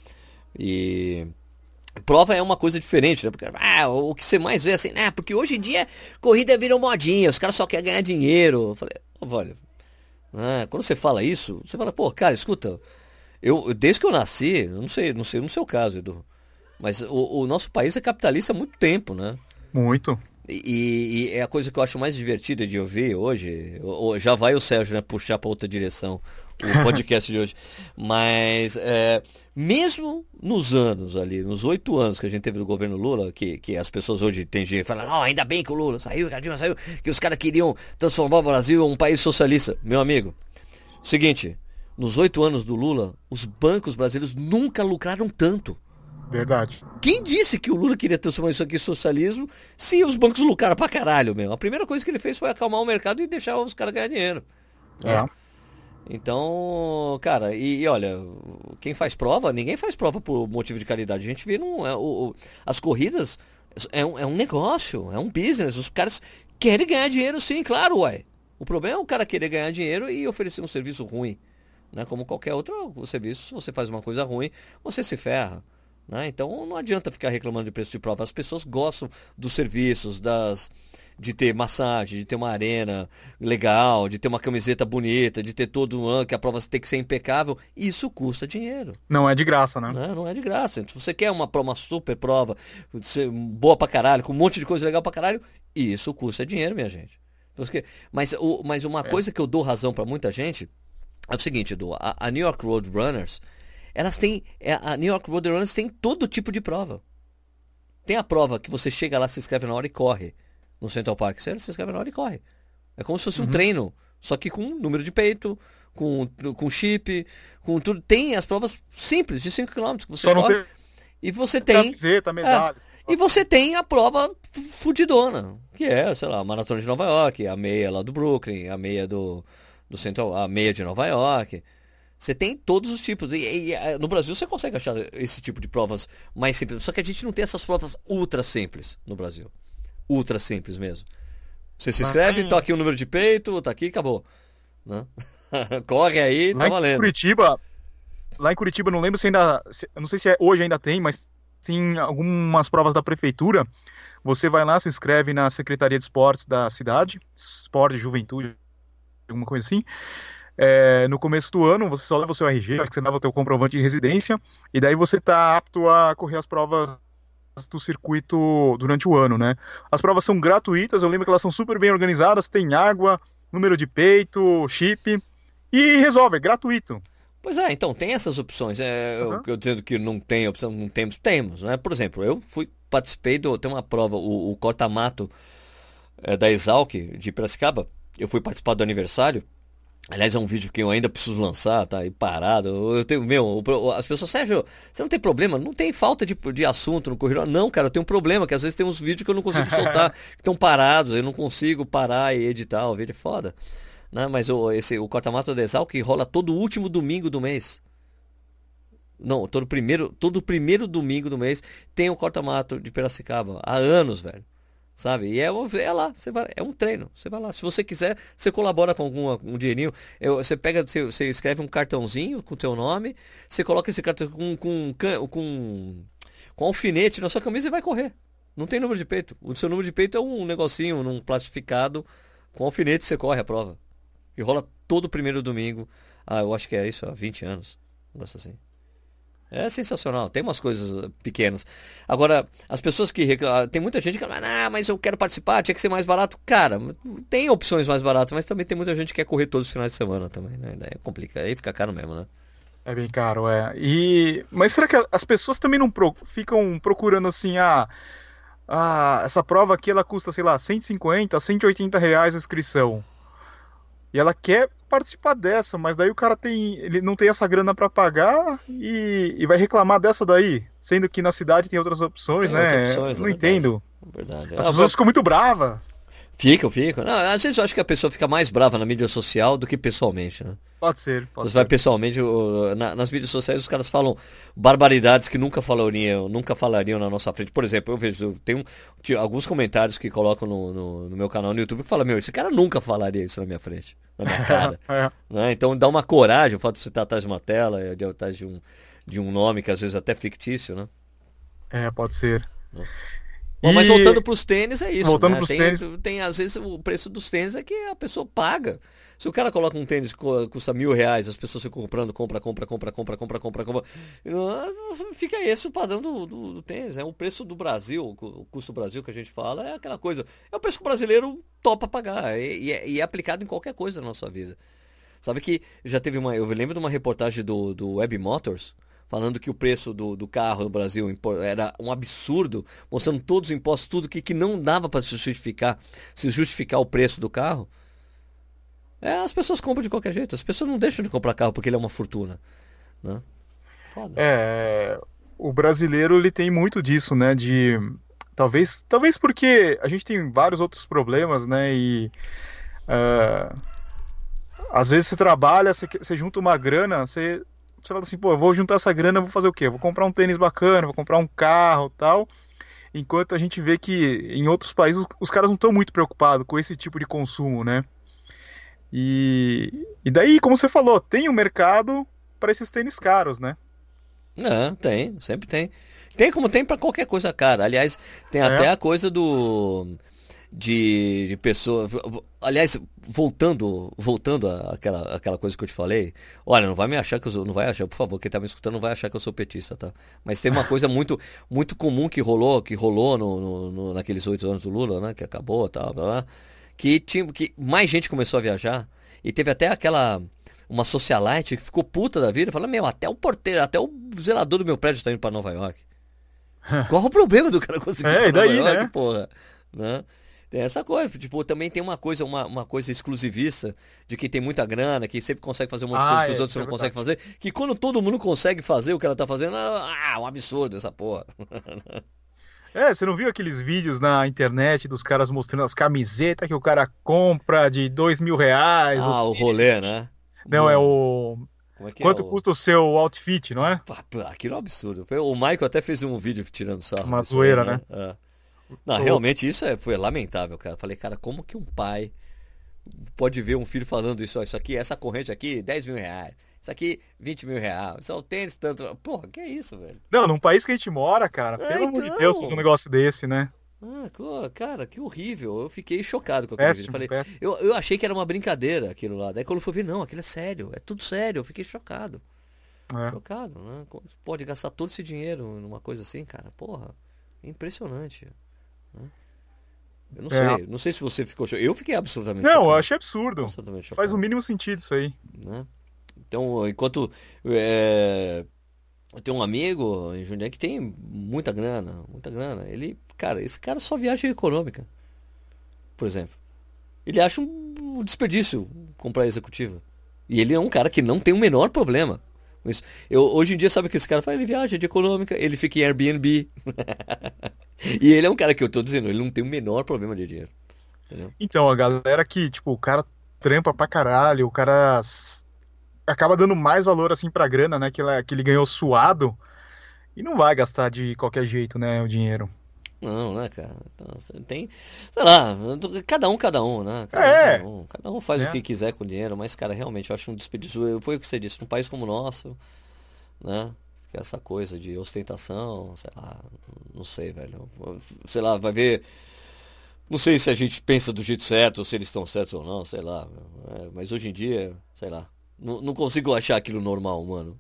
E prova é uma coisa diferente, né? Porque ah, o que você mais vê é assim, né? Porque hoje em dia corrida virou modinha, os caras só querem ganhar dinheiro. Eu falei, oh, olha, né? Quando você fala isso, você fala, pô, cara, escuta, eu desde que eu nasci, eu não sei, não sei no seu caso, Edu, mas o, o nosso país é capitalista há muito tempo, né? Muito. E, e é a coisa que eu acho mais divertida de ouvir hoje. o- o- Já vai o Sérgio, né, puxar para outra direção o podcast de hoje. Mas é, mesmo nos anos ali, nos oito anos que a gente teve do governo Lula, que, que as pessoas hoje tem gente que fala, não, ainda bem que o Lula saiu, que a Dilma saiu, que os caras queriam transformar o Brasil em um país socialista. Meu amigo, seguinte, nos oito anos do Lula, os bancos brasileiros nunca lucraram tanto. Verdade. Quem disse que o Lula queria transformar isso aqui em socialismo se os bancos lucraram pra caralho, meu? A primeira coisa que ele fez foi acalmar o mercado e deixar os caras ganhar dinheiro, né? É. Então, cara, e, e olha, quem faz prova, ninguém faz prova por motivo de caridade. A gente vê não é, o, o- as corridas é um, é um negócio, é um business. Os caras querem ganhar dinheiro, sim, claro, uai. O problema é o cara querer ganhar dinheiro e oferecer um serviço ruim, né? Como qualquer outro serviço, se você faz uma coisa ruim, você se ferra, né? Então não adianta ficar reclamando de preço de prova. As pessoas gostam dos serviços, das de ter massagem, de ter uma arena legal, de ter uma camiseta bonita, de ter todo um ano que a prova tem que ser impecável. Isso custa dinheiro, Não é de graça, né? né? Não é de graça. Se você quer uma, pro- uma super prova, ser boa pra caralho, com um monte de coisa legal pra caralho, isso custa dinheiro, minha gente. Porque- Mas, o, mas uma É. coisa que eu dou razão pra muita gente é o seguinte, Edu, a, a New York Road Runners, elas têm, é, a New York Road Runners tem todo tipo de prova. Tem a prova que você chega lá, se inscreve na hora e corre. No Central Park. Você se inscreve na hora e corre. É como se fosse um Uhum. treino. Só que com número de peito, com, com chip, com tudo. Tem as provas simples, de cinco quilômetros, que você Só não corre. tem E você tem. camiseta, É, medalhas. e você tem a prova fudidona, que é, sei lá, a Maratona de Nova York, a meia lá do Brooklyn, a meia do, do Central, a meia de Nova York. Você tem todos os tipos. E, e, e, no Brasil você consegue achar esse tipo de provas mais simples. Só que a gente não tem essas provas ultra simples no Brasil. Ultra simples mesmo. Você se inscreve, Lá em- tá aqui o número de peito, tá aqui, acabou. Né? Corre aí, Lá tá em valendo. Curitiba, lá em Curitiba, não lembro se ainda, se- eu não sei se é, hoje ainda tem, mas tem algumas provas da prefeitura. Você vai lá, se inscreve na Secretaria de Esportes da cidade, Esporte, Juventude, alguma coisa assim. É, no começo do ano, você só leva o seu R G, acho que você dava o teu comprovante de residência, e daí você tá apto a correr as provas do circuito durante o ano, né? As provas são gratuitas, eu lembro que elas são super bem organizadas, tem água, número de peito, chip, e resolve, é gratuito. Pois é, então tem essas opções. É, eu, Aham. eu dizendo que não tem opção, não temos, temos, né? Por exemplo, eu fui, participei do, tem uma prova, o, o corta-mato é, da Exalc de Piracicaba. Eu fui participar do aniversário. Aliás, é um vídeo que eu ainda preciso lançar, tá aí parado. Eu tenho, meu, o- as pessoas, Sérgio, você não tem problema? Não tem falta de, de assunto no corredor? Não, cara, eu tenho um problema, que às vezes tem uns vídeos que eu não consigo soltar, que estão parados, eu não consigo parar e editar, o vídeo é foda. Né? Mas o, esse, o corta-mato da Exalc rola todo último domingo do mês. Não, todo primeiro, todo primeiro domingo do mês tem o corta-mato de Piracicaba. Há anos, velho. Sabe? E é, um- é lá, você vai, é um treino. Você vai lá. Se você quiser, você colabora com algum um dinheirinho. Eu- você pega, você, você escreve um cartãozinho com o teu nome, você coloca esse cartão com, com, can- com, com alfinete na sua camisa e vai correr. Não tem número de peito. O seu número de peito é um negocinho, num plastificado, com alfinete você corre a prova. E rola todo primeiro domingo. Ah, eu acho que é isso, há vinte anos. Um negócio assim. É sensacional, tem umas coisas pequenas. Agora, as pessoas que reclamam, tem muita gente que fala, ah, mas eu quero participar, tinha que ser mais barato. Cara, tem opções mais baratas, mas também tem muita gente que quer correr todos os finais de semana também, né? Daí complica, aí fica caro mesmo, né? É bem caro, é. E... Mas será que as pessoas também não pro- ficam procurando assim, ah, ah, essa prova aqui ela custa, sei lá, cento e cinquenta, cento e oitenta reais a inscrição. E ela quer participar dessa, mas daí o cara tem, ele não tem essa grana pra pagar e, e vai reclamar dessa daí, sendo que na cidade tem outras opções, Tem outras né? opções, é Não verdade. entendo. É verdade. As Ah, pessoas ficam muito bravas. Ficam, ficam. Não, às vezes eu acho que a pessoa fica mais brava na mídia social do que pessoalmente, né? Pode ser, pode Você vai ser. pessoalmente, o- na- nas mídias sociais os caras falam barbaridades que nunca falariam, nunca falariam na nossa frente. Por exemplo, eu vejo, tem um, tinha alguns comentários que colocam no, no, no meu canal no YouTube que falam, meu, esse cara nunca falaria isso na minha frente, na minha cara. É, Né? Então dá uma coragem o fato de você estar atrás de uma tela, de atrás de um, de um nome que às vezes até é fictício, né? é, pode ser. Bom, mas E- voltando para os tênis, é isso. Voltando né? pros tem, tênis. tem, às vezes, o preço dos tênis é que a pessoa paga. Se o cara coloca um tênis que co- custa mil reais, as pessoas ficam comprando, compra, compra, compra, compra, compra, compra, compra. Ah, Fica esse o padrão do, do, do tênis. É o preço do Brasil, o custo do Brasil que a gente fala, é aquela coisa. É o preço que o brasileiro topa pagar. E, e é, e é aplicado em qualquer coisa na nossa vida. Sabe que já teve uma. Eu lembro de uma reportagem do, do Web Motors falando que o preço do, do carro no Brasil impo- era um absurdo, mostrando todos os impostos, tudo que, que não dava para se justificar, se justificar o preço do carro. É, as pessoas compram de qualquer jeito. As pessoas não deixam de comprar carro porque ele é uma fortuna. Né? Foda. É, o brasileiro ele tem muito disso, né? De talvez, talvez porque a gente tem vários outros problemas, né? E ah, às vezes você trabalha, você, que- você junta uma grana, você, você fala assim, pô, eu vou juntar essa grana, eu vou fazer o quê? Eu vou comprar um tênis bacana, vou comprar um carro, tal. Enquanto a gente vê que em outros países os, os caras não estão muito preocupados com esse tipo de consumo, né? E, e daí, como você falou, tem um mercado para esses tênis caros, né? É, tem, sempre tem. Tem como tem pra qualquer coisa cara. Aliás, tem É. até a coisa do de, de pessoas. Aliás, voltando, voltando à- àquela, àquela coisa que eu te falei. Olha, não vai me achar que eu sou, não vai achar, por favor, quem tá me escutando não vai achar que eu sou petista, tá? Mas tem uma coisa muito muito comum que rolou, que rolou no, no- no- naqueles oito anos do Lula, né, que acabou, tal, blá, blá, que tinha que mais gente começou a viajar e teve até aquela uma socialite que ficou puta da vida, falando, meu, até o porteiro, até o zelador do meu prédio tá indo pra Nova York. Qual o problema do cara conseguir É, ir e pra daí, Nova York, né? porra? Né? Tem essa coisa, tipo, também tem uma coisa, uma, uma coisa exclusivista de que tem muita grana, que sempre consegue fazer um monte de coisa Ah, que os é, outros isso é não conseguem verdade. fazer, que quando todo mundo consegue fazer o que ela tá fazendo, ah, um absurdo essa porra. É, você não viu aqueles vídeos na internet dos caras mostrando as camisetas que o cara compra de dois mil reais, o Ah, o tênis de... rolê, né? Não, é Mano, o... como é que é Quanto o... custa o seu outfit, não é? Pá, pá, aquilo é um absurdo. O Michael até fez um vídeo tirando sarro Uma disso aí, zoeira, né? né? É. Não, O- realmente isso é, foi lamentável, cara. Falei, cara, como que um pai pode ver um filho falando isso, ó, isso aqui, essa corrente aqui, dez mil reais. Isso aqui, vinte mil reais. Isso é o tênis, tanto. Porra, que é isso, velho? Não, num país que a gente mora, cara, Ah, pelo amor de Deus, fazer um então. negócio desse, né? Ah, co- cara, que horrível. Eu fiquei chocado com aquele vídeo. Péssimo, Falei, péssimo. eu, eu achei que era uma brincadeira aquilo lá. Daí quando eu fui ver, não, aquilo é sério. É tudo sério. Eu fiquei chocado. É. Chocado, né? Como você pode gastar todo esse dinheiro numa coisa assim, cara? Porra, é impressionante. Né? Eu não É. sei. Não sei se você ficou chocado. Eu fiquei absolutamente Não, eu chocado. achei absurdo. Absolutamente Faz o chocado. mínimo sentido isso aí. Né? Então, enquanto é, eu tenho um amigo em Jundiaí que tem muita grana, muita grana. Ele, cara, esse cara só viaja econômica, por exemplo. Ele acha um desperdício comprar executiva. E ele é um cara que não tem o menor problema com isso. Eu, hoje em dia, sabe o que esse cara faz? Ele viaja de econômica, ele fica em Airbnb. E ele é um cara que eu tô dizendo, ele não tem o menor problema de dinheiro. Entendeu? Então, a galera que, tipo, o cara trampa pra caralho, o cara s- acaba dando mais valor, assim, pra grana, né? Que, ela- que ele ganhou suado e não vai gastar de qualquer jeito, né? O dinheiro. Não, né, cara? Então, você tem, sei lá, cada um, cada um, né? Cada um, cada É, um. Cada um faz o né? que quiser com o dinheiro, mas, cara, realmente eu acho um desperdício. Foi o que você disse, num país como o nosso, né? Que é essa coisa de ostentação, sei lá, não sei, velho. Sei lá, vai ver. Não sei se a gente pensa do jeito certo, ou se eles estão certos ou não, sei lá. É, mas hoje em dia, sei lá. Não, não consigo achar aquilo normal, mano.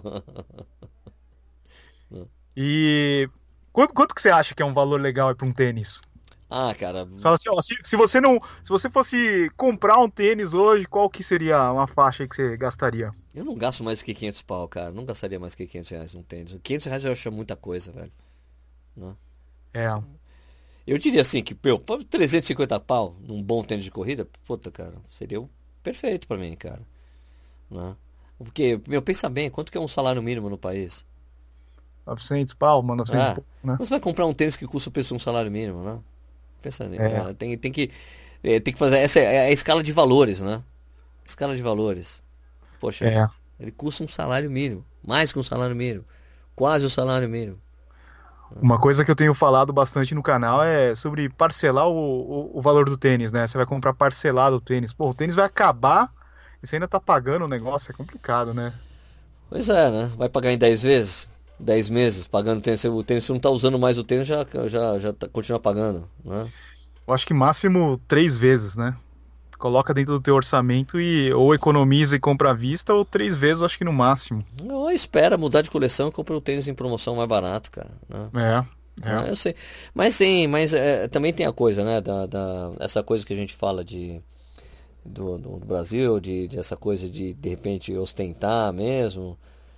E quanto, quanto que você acha que é um valor legal aí pra um tênis? Ah, cara, Só assim, ó, se, se você não, se você fosse comprar um tênis hoje, qual que seria uma faixa aí que você gastaria? eu não gasto mais do que quinhentos pau, cara. Não gastaria mais do que quinhentos reais num tênis. quinhentos reais eu acho muita coisa, velho. Né? É, Eu diria assim que, meu, pô, trezentos e cinquenta pau num bom tênis de corrida, puta, cara, seria o perfeito pra mim, cara. Né? Porque, meu, pensa bem, quanto que é um salário mínimo no país? novecentos pau, mano, novecentos e Ah, pouco, né? você vai comprar um tênis que custa o preço de um salário mínimo, né? Pensa, ni- É, né? Tem, tem que, é, tem que fazer, essa é a escala de valores, né? Escala de valores. Poxa, é. ele custa um salário mínimo, mais que um salário mínimo, quase o salário mínimo. Uma coisa que eu tenho falado bastante no canal é sobre parcelar o, o, o valor do tênis, né? Você vai comprar parcelado o tênis. Pô, o tênis vai acabar e você ainda tá pagando o negócio, é complicado, né? Pois é, né? Vai pagar em dez vezes? Dez meses pagando o tênis. O tênis, se não tá usando mais o tênis, já, já, já tá- continua pagando, né? Eu acho que máximo três vezes, né? Coloca dentro do teu orçamento e ou economiza e compra à vista, ou três vezes, eu acho que no máximo. Ou espera mudar de coleção e compra o tênis em promoção mais barato, cara, né? É, Ah, é. eu sei. Mas sim, mas é, também tem a coisa, né? Da, da, essa coisa que a gente fala de, do, do, do Brasil, de, de essa coisa de de repente ostentar mesmo.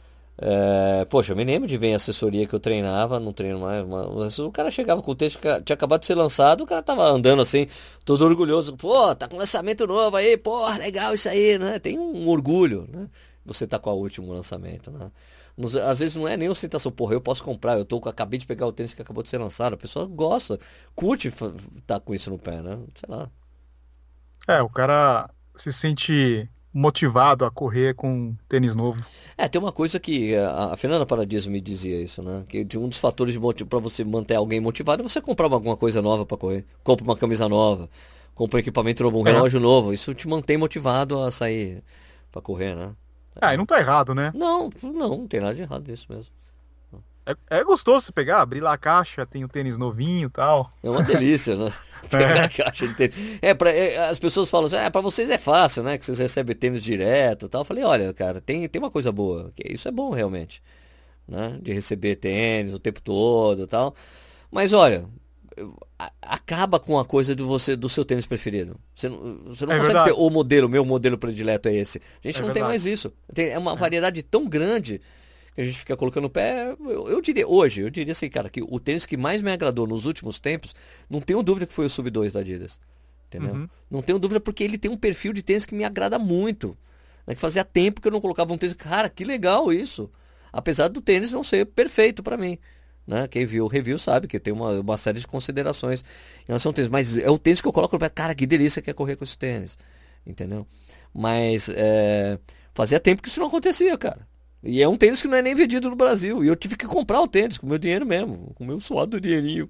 É, poxa, eu me lembro de ver em assessoria que eu treinava, não treino mais, mas o cara chegava com o texto que tinha acabado de ser lançado, o cara tava andando assim, todo orgulhoso. Pô, tá com lançamento novo aí, pô, legal isso aí, né? Tem um orgulho, né? Você tá com o último lançamento, né? Nos- Às vezes não é nem ostentação, porra, eu posso comprar, eu tô, com- acabei de pegar o tênis que acabou de ser lançado, a pessoa gosta, curte fa- tá com isso no pé, né? Sei lá. É, o cara se sente motivado a correr com um tênis novo. É, tem uma coisa que a, a Fernanda Paradiso me dizia isso, né? Que de um dos fatores de motivo para você manter alguém motivado é você comprar alguma coisa nova para correr. Compra uma camisa nova, compra um equipamento novo, um É. relógio novo. Isso te mantém motivado a sair para correr, né? Ah, e não tá errado, né? Não, não, não tem nada de errado nisso mesmo. É, é gostoso você pegar, abrir lá a caixa, tem o tênis novinho e tal. É uma delícia, né? Pegar a caixa de tênis. É, pra, é, as pessoas falam assim, ah, pra vocês é fácil, né? Que vocês recebem tênis direto e tal. Eu falei, olha, cara, tem, tem uma coisa boa, que isso é bom realmente, né? De receber tênis o tempo todo e tal. Mas olha, eu- a- acaba com a coisa do você do seu tênis preferido. Você não, você não É consegue ter verdade. o modelo, meu modelo predileto é esse. A gente É não tem mais verdade. isso. Tem, é uma É. variedade tão grande que a gente fica colocando no pé, eu, eu diria, hoje, eu diria assim, cara, que o tênis que mais me agradou nos últimos tempos, não tenho dúvida que foi o Sub dois da Adidas. Entendeu? Uhum. Não tenho dúvida porque ele tem um perfil de tênis que me agrada muito. Né? Que fazia tempo que eu não colocava um tênis. Cara, que legal isso. Apesar do tênis não ser perfeito para mim. Né? Quem viu o review sabe que tem uma, uma série de considerações em relação ao tênis. Mas é o tênis que eu coloco no pé. Cara, que delícia que é correr com esse tênis. Entendeu? Mas é, fazia tempo que isso não acontecia, cara. E é um tênis que não é nem vendido no Brasil. E eu tive que comprar o tênis com o meu dinheiro mesmo. Com o meu suado dinheirinho.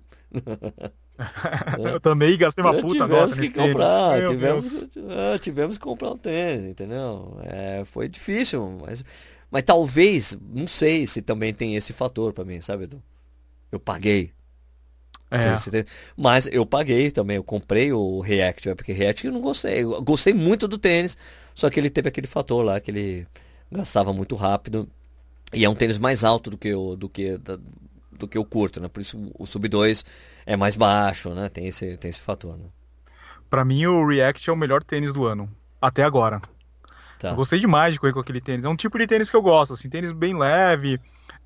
Eu também gastei uma É, puta nota tivemos que nesse tênis. comprar, Meu tivemos, Deus. é, tivemos que comprar um tênis, entendeu? É, foi difícil, mas, mas talvez, não sei se também tem esse fator pra mim, sabe, Edu? Eu paguei. Tem É. esse tênis, mas eu paguei também, eu comprei o React, porque React eu não gostei. Eu gostei muito do tênis, só que ele teve aquele fator lá que ele gastava muito rápido. E é um tênis mais alto do que o do que da- do que eu curto, né? Por isso o Sub dois é mais baixo, né? Tem esse tem esse fator, né? Pra mim, o React é o melhor tênis do ano. Até agora. Eu Tá. gostei demais de correr com aquele tênis. É um tipo de tênis que eu gosto, assim, tênis bem leve.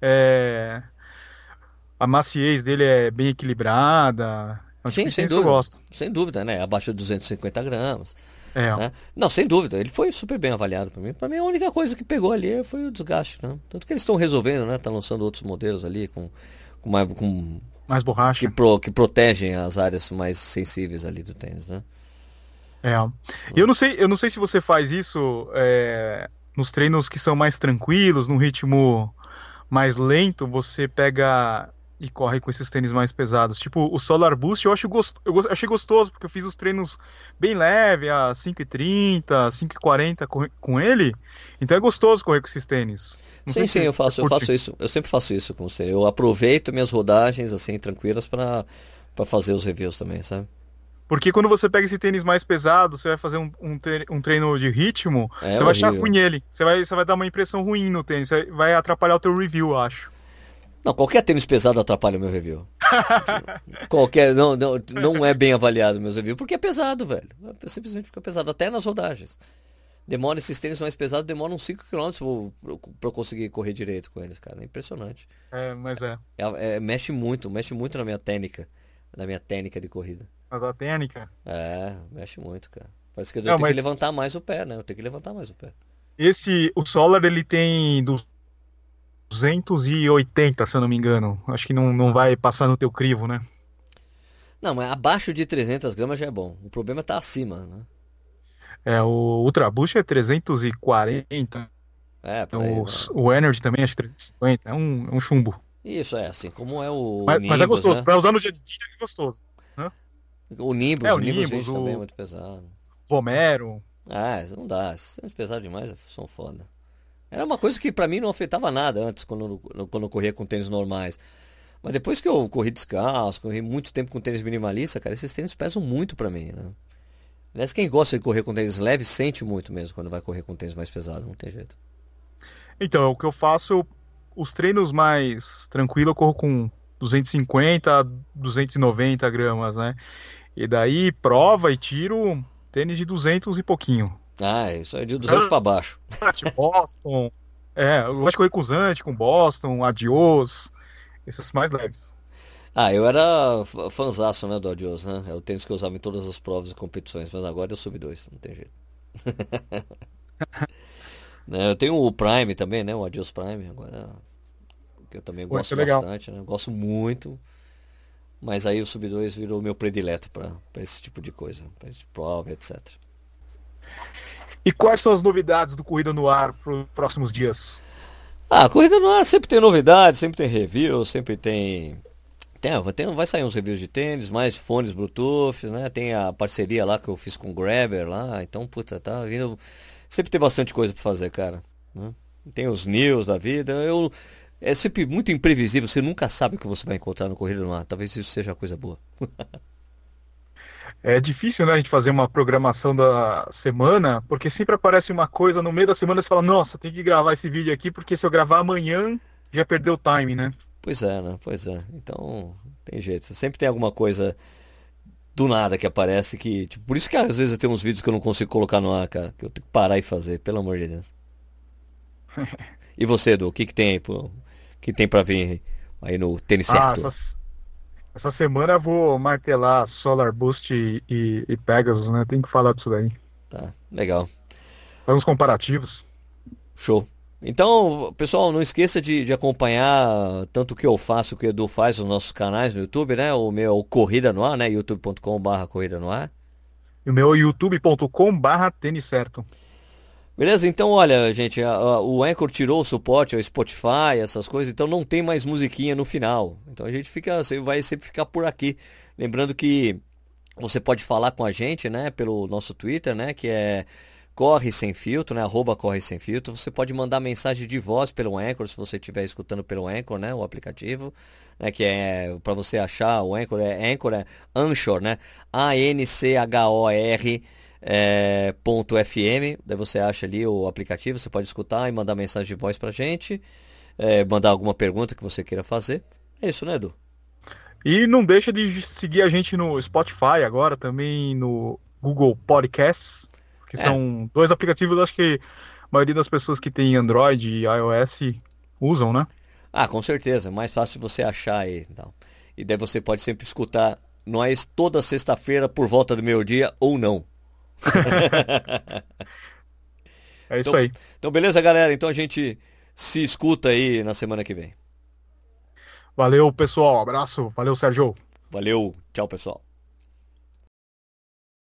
é, A maciez dele é bem equilibrada. É um tipo Sim, de sem tênis que eu dúvida. gosto. Sem dúvida, né? Abaixo de duzentos e cinquenta gramas, É. né? Não, sem dúvida. Ele foi super bem avaliado para mim. Para mim, a única coisa que pegou ali foi o desgaste, né? Tanto que eles estão resolvendo, né? Estão lançando outros modelos ali com, com, mais, com Mais que, borracha. pro, que protegem as áreas mais sensíveis ali do tênis, né? É. E eu não sei, eu não sei se você faz isso é, nos treinos que são mais tranquilos, num ritmo mais lento, você pega e corre com esses tênis mais pesados. Tipo, o Solar Boost eu acho gosto, eu gos- achei gostoso, porque eu fiz os treinos bem leve, a cinco e trinta, cinco e quarenta com, com ele. Então é gostoso correr com esses tênis. Não sei Sim, sim, se eu você faço, eu curte. faço isso. Eu sempre faço isso com você. Eu aproveito minhas rodagens assim tranquilas para para fazer os reviews também, sabe? Porque quando você pega esse tênis mais pesado, você vai fazer um, um tre- um treino de ritmo, É você vai achar horrível. ruim ele. Você vai, você vai dar uma impressão ruim no tênis. Você vai atrapalhar o teu review, eu acho. Não, qualquer tênis pesado atrapalha o meu review. Qualquer, não, não, não é bem avaliado meus reviews, porque é pesado, velho. Simplesmente fica pesado, até nas rodagens. Demora esses tênis mais pesados, demoram uns cinco quilômetros pra pra eu conseguir correr direito com eles, cara. É impressionante. É, mas é. É- é- mexe muito, mexe muito na minha técnica, na minha técnica de corrida. Mas a técnica. É, mexe muito, cara. Parece que eu Não, tenho que mas levantar mais o pé, né? Eu tenho que levantar mais o pé. esse, o Solar, ele tem duzentos e oitenta, se eu não me engano. Acho que não, não vai passar no teu crivo, né? Não, mas abaixo de trezentas gramas já é bom. O problema tá acima, né? É, o Ultra Boost é trezentos e quarenta. É, por aí. O, Vai. o Energy também acho que trezentos e cinquenta. É um, é um chumbo. Isso, é assim como é o Mas, mas é Nimbus, gostoso. né? Pra usar no dia a dia é gostoso. Né? O Nimbus, É, o o Nimbus Nimbus, vinte também é o muito pesado. Vomero. Ah, isso não dá. Esses tênis pesados demais são foda. Era uma coisa que pra mim não afetava nada antes, quando, eu- quando eu corria com tênis normais. Mas depois que eu corri descalço, corri muito tempo com tênis minimalista, cara, esses tênis pesam muito pra mim, né? Aliás, quem gosta de correr com tênis leve sente muito mesmo quando vai correr com tênis mais pesado, não tem jeito. Então, o que eu faço, eu- os treinos mais tranquilos eu corro com duzentos e cinquenta, duzentos e noventa gramas, né? E daí prova e tiro tênis de duzentos e pouquinho. Ah, isso é de duzentos pra baixo. Zante, Boston. É, eu gosto de correr com Zante, com Boston, Adios, esses mais leves. Ah, eu era f- fanzaço, né, do Adios, né? É o tênis que eu usava em todas as provas e competições, mas agora eu subi dois, não tem jeito. Né, eu tenho o Prime também, né? O Adios Prime, agora, que eu também Pô, isso gosto é legal. bastante, né? Eu gosto muito, mas aí o Sub dois virou o meu predileto pra pra esse tipo de coisa, pra esse tipo de prova, etcétera. E quais são as novidades do Corrida no Ar para os próximos dias? Ah, a corrida no ar sempre tem novidades, sempre tem review, sempre tem. Tem, vai ter- vai sair uns reviews de tênis, mais fones Bluetooth, né? Tem a parceria lá que eu fiz com o Grabber lá, então, puta, tá vindo. Sempre tem bastante coisa pra fazer, cara. Né? Tem os news da vida. Eu, é sempre muito imprevisível, você nunca sabe o que você vai encontrar no Corrida no Ar. Talvez isso seja uma coisa boa. É difícil, né, a gente fazer uma programação da semana, porque sempre aparece uma coisa no meio da semana e você fala, nossa, tem que gravar esse vídeo aqui, porque se eu gravar amanhã, já perdeu o time, né? Pois é, né? Pois é. Então, tem jeito. Sempre tem alguma coisa do nada que aparece que. Tipo, por isso que às vezes eu tenho uns vídeos que eu não consigo colocar no ar, cara. Que eu tenho que parar e fazer, pelo amor de Deus. E você, Edu, o que, que tem aí, pro, que tem pra vir aí no tênis Ah, certo? essa, essa semana eu vou martelar Solar Boost e, e, e Pegasus, né? Tem que falar disso daí. Tá, legal. Faz uns comparativos. Show. Então, pessoal, não esqueça de, de acompanhar tanto o que eu faço, o que o Edu faz nos nossos canais no YouTube, né? O meu Corrida no Ar, né? youtube ponto com barra Corrida no Ar. E o meu é youtube ponto com barra tênis certo. Beleza? Então, olha, gente, a- a- o Anchor tirou o suporte ao Spotify, essas coisas, então não tem mais musiquinha no final. Então a gente fica, você vai sempre ficar por aqui. Lembrando que você pode falar com a gente, né, pelo nosso Twitter, né, que é Corre Sem Filtro, né, arroba Corre Sem Filtro. Você pode mandar mensagem de voz pelo Anchor, se você estiver escutando pelo Anchor, né, o aplicativo, né, que é para você achar o Anchor, é Anchor, é Anchor, né, A N C H O R é, ponto F M, daí você acha ali o aplicativo, você pode escutar e mandar mensagem de voz pra gente, é, mandar alguma pergunta que você queira fazer. É isso, né, Edu? E não deixa de seguir a gente no Spotify agora, também no Google Podcasts, que É, são dois aplicativos, acho que a maioria das pessoas que tem Android e iOS usam, né? ah, com certeza, é mais fácil você achar aí, então. E daí você pode sempre escutar nós toda sexta-feira por volta do meio-dia ou não. É isso Então, aí. então, beleza, galera? Então a gente se escuta aí na semana que vem. Valeu, pessoal. Abraço. Valeu, Sérgio. Valeu, tchau, pessoal.